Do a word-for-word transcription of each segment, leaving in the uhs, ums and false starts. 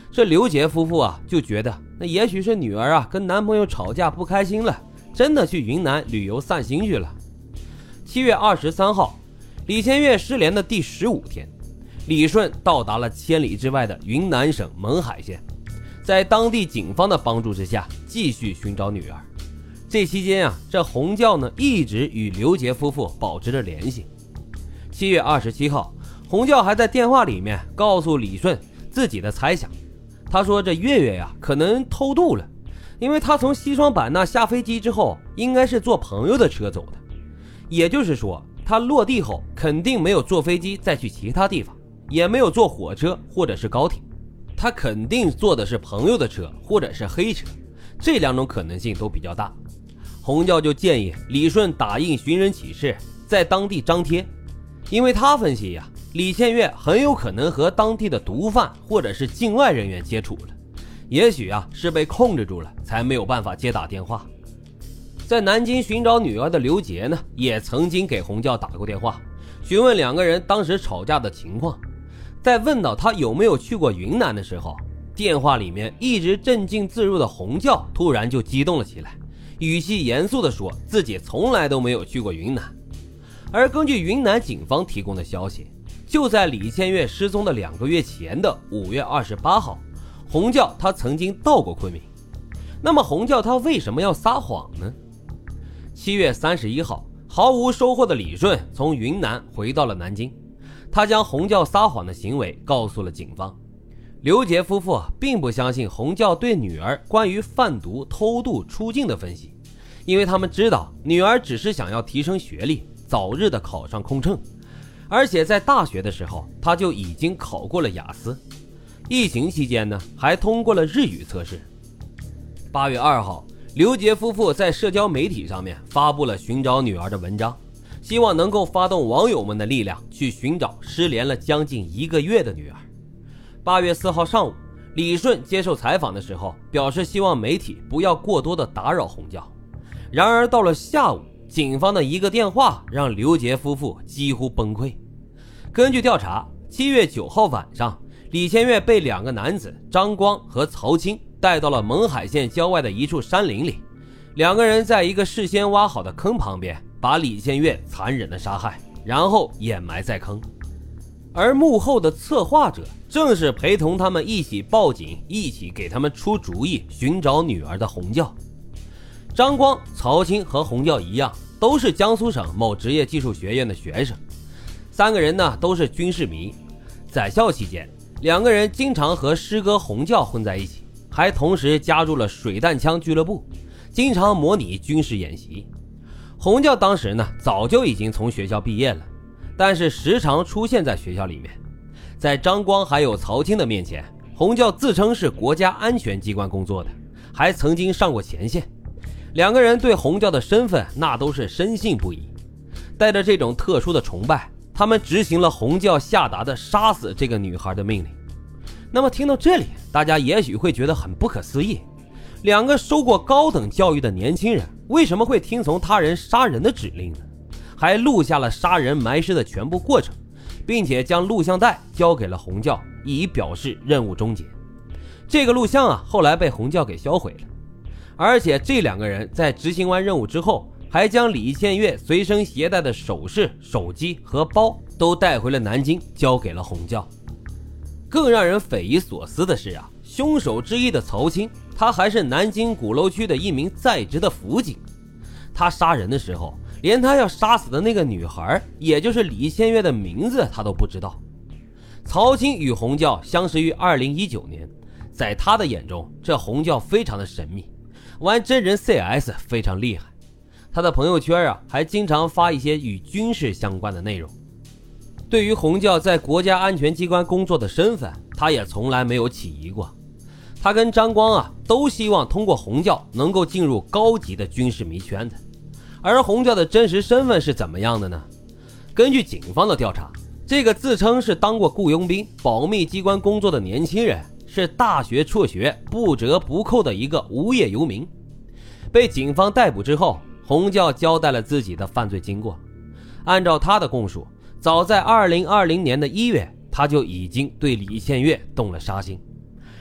这刘杰夫妇啊就觉得那也许是女儿啊跟男朋友吵架不开心了，真的去云南旅游散心去了。七月二十三号，李千月失联的第十五天，李顺到达了千里之外的云南省勐海县，在当地警方的帮助之下继续寻找女儿。这期间啊，这洪教呢一直与刘杰夫妇保持着联系。七月二十七号，洪教还在电话里面告诉李顺自己的猜想。他说这月月呀可能偷渡了，因为他从西双版纳下飞机之后应该是坐朋友的车走的，也就是说他落地后肯定没有坐飞机再去其他地方，也没有坐火车或者是高铁，他肯定坐的是朋友的车或者是黑车，这两种可能性都比较大。洪教就建议李顺打印寻人启事在当地张贴，因为他分析呀、啊李千月很有可能和当地的毒贩或者是境外人员接触了，也许啊是被控制住了才没有办法接打电话。在南京寻找女儿的刘杰呢也曾经给洪教打过电话，询问两个人当时吵架的情况。在问到他有没有去过云南的时候，电话里面一直镇静自若的洪教突然就激动了起来，语气严肃地说自己从来都没有去过云南。而根据云南警方提供的消息，就在李千月失踪的两个月前的五月二十八号，洪教他曾经到过昆明。那么洪教他为什么要撒谎呢？七月三十一号，毫无收获的李顺从云南回到了南京，他将洪教撒谎的行为告诉了警方。刘杰夫妇并不相信洪教对女儿关于贩毒、偷渡、出境的分析，因为他们知道女儿只是想要提升学历，早日的考上空乘。而且在大学的时候他就已经考过了雅思，疫情期间呢还通过了日语测试。八月二号，刘杰夫妇在社交媒体上面发布了寻找女儿的文章，希望能够发动网友们的力量去寻找失联了将近一个月的女儿。八月四号上午，李顺接受采访的时候表示希望媒体不要过多的打扰洪教。然而到了下午，警方的一个电话让刘杰夫妇几乎崩溃。根据调查，七月九号晚上，李千月被两个男子张光和曹青带到了勐海县郊外的一处山林里，两个人在一个事先挖好的坑旁边把李千月残忍的杀害，然后掩埋在坑。而幕后的策划者正是陪同他们一起报警，一起给他们出主意寻找女儿的洪教。张光、曹青和洪教一样，都是江苏省某职业技术学院的学生。三个人呢都是军事迷，在校期间，两个人经常和师哥洪教混在一起，还同时加入了水弹枪俱乐部，经常模拟军事演习。洪教当时呢早就已经从学校毕业了，但是时常出现在学校里面。在张光还有曹青的面前，洪教自称是国家安全机关工作的，还曾经上过前线。两个人对洪教的身份那都是深信不疑，带着这种特殊的崇拜，他们执行了洪教下达的杀死这个女孩的命令。那么听到这里，大家也许会觉得很不可思议，两个受过高等教育的年轻人为什么会听从他人杀人的指令呢？还录下了杀人埋尸的全部过程，并且将录像带交给了洪教，以表示任务终结。这个录像啊后来被洪教给销毁了。而且这两个人在执行完任务之后，还将李千月随身携带的首饰、手机和包都带回了南京，交给了洪教。更让人匪夷所思的是啊，凶手之一的曹青，他还是南京鼓楼区的一名在职的辅警。他杀人的时候，连他要杀死的那个女孩，也就是李千月的名字他都不知道。曹青与洪教相识于二零一九年，在他的眼中，这洪教非常的神秘，玩真人 C S 非常厉害。他的朋友圈啊，还经常发一些与军事相关的内容。对于洪教在国家安全机关工作的身份，他也从来没有起疑过。他跟张光啊，都希望通过洪教能够进入高级的军事迷圈子。而洪教的真实身份是怎么样的呢？根据警方的调查，这个自称是当过雇佣兵、保密机关工作的年轻人，是大学辍学、不折不扣的一个无业游民。被警方逮捕之后，洪教交代了自己的犯罪经过。按照他的供述，早在二零二零年的一月，他就已经对李千月动了杀心。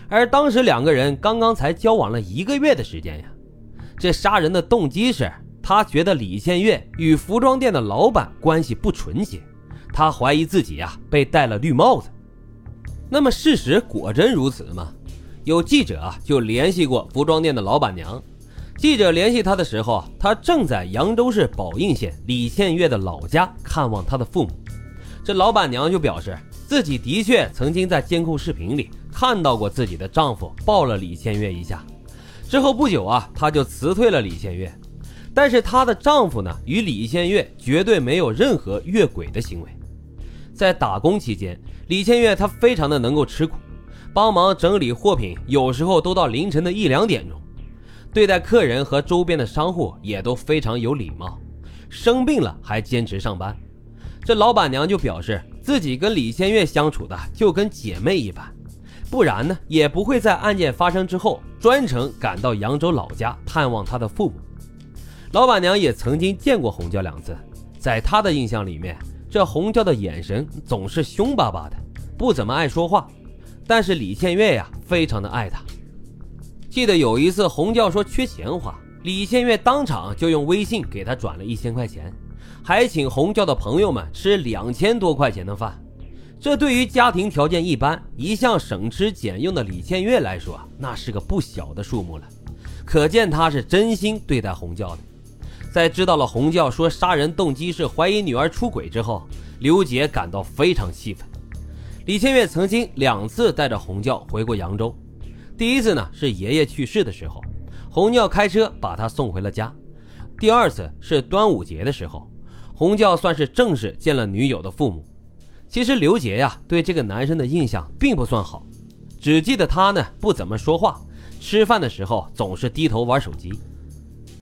而当时两个人刚刚才交往了一个月的时间呀。这杀人的动机是他觉得李千月与服装店的老板关系不纯洁，他怀疑自己啊被戴了绿帽子。那么事实果真如此吗？有记者啊就联系过服装店的老板娘，记者联系他的时候，他正在扬州市宝应县李千月的老家看望他的父母。这老板娘就表示自己的确曾经在监控视频里看到过自己的丈夫抱了李千月一下，之后不久啊，她就辞退了李千月。但是她的丈夫呢，与李千月绝对没有任何越轨的行为。在打工期间，李千月她非常的能够吃苦，帮忙整理货品，有时候都到凌晨的一两点钟。对待客人和周边的商户也都非常有礼貌，生病了还坚持上班。这老板娘就表示自己跟李千月相处的就跟姐妹一般，不然呢也不会在案件发生之后专程赶到扬州老家探望她的父母。老板娘也曾经见过洪娇两次，在她的印象里面，这洪娇的眼神总是凶巴巴的，不怎么爱说话，但是李千月呀非常的爱她。记得有一次洪娇说缺钱花，李千月当场就用微信给她转了一千块钱，还请洪娇的朋友们吃两千多块钱的饭。这对于家庭条件一般、一向省吃俭用的李千月来说，那是个不小的数目了，可见她是真心对待洪娇的。在知道了洪娇说杀人动机是怀疑女儿出轨之后，刘杰感到非常气愤。李千月曾经两次带着洪娇回过扬州，第一次呢是爷爷去世的时候，洪娇开车把他送回了家。第二次是端午节的时候，洪娇算是正式见了女友的父母。其实刘杰呀对这个男生的印象并不算好，只记得他呢不怎么说话，吃饭的时候总是低头玩手机。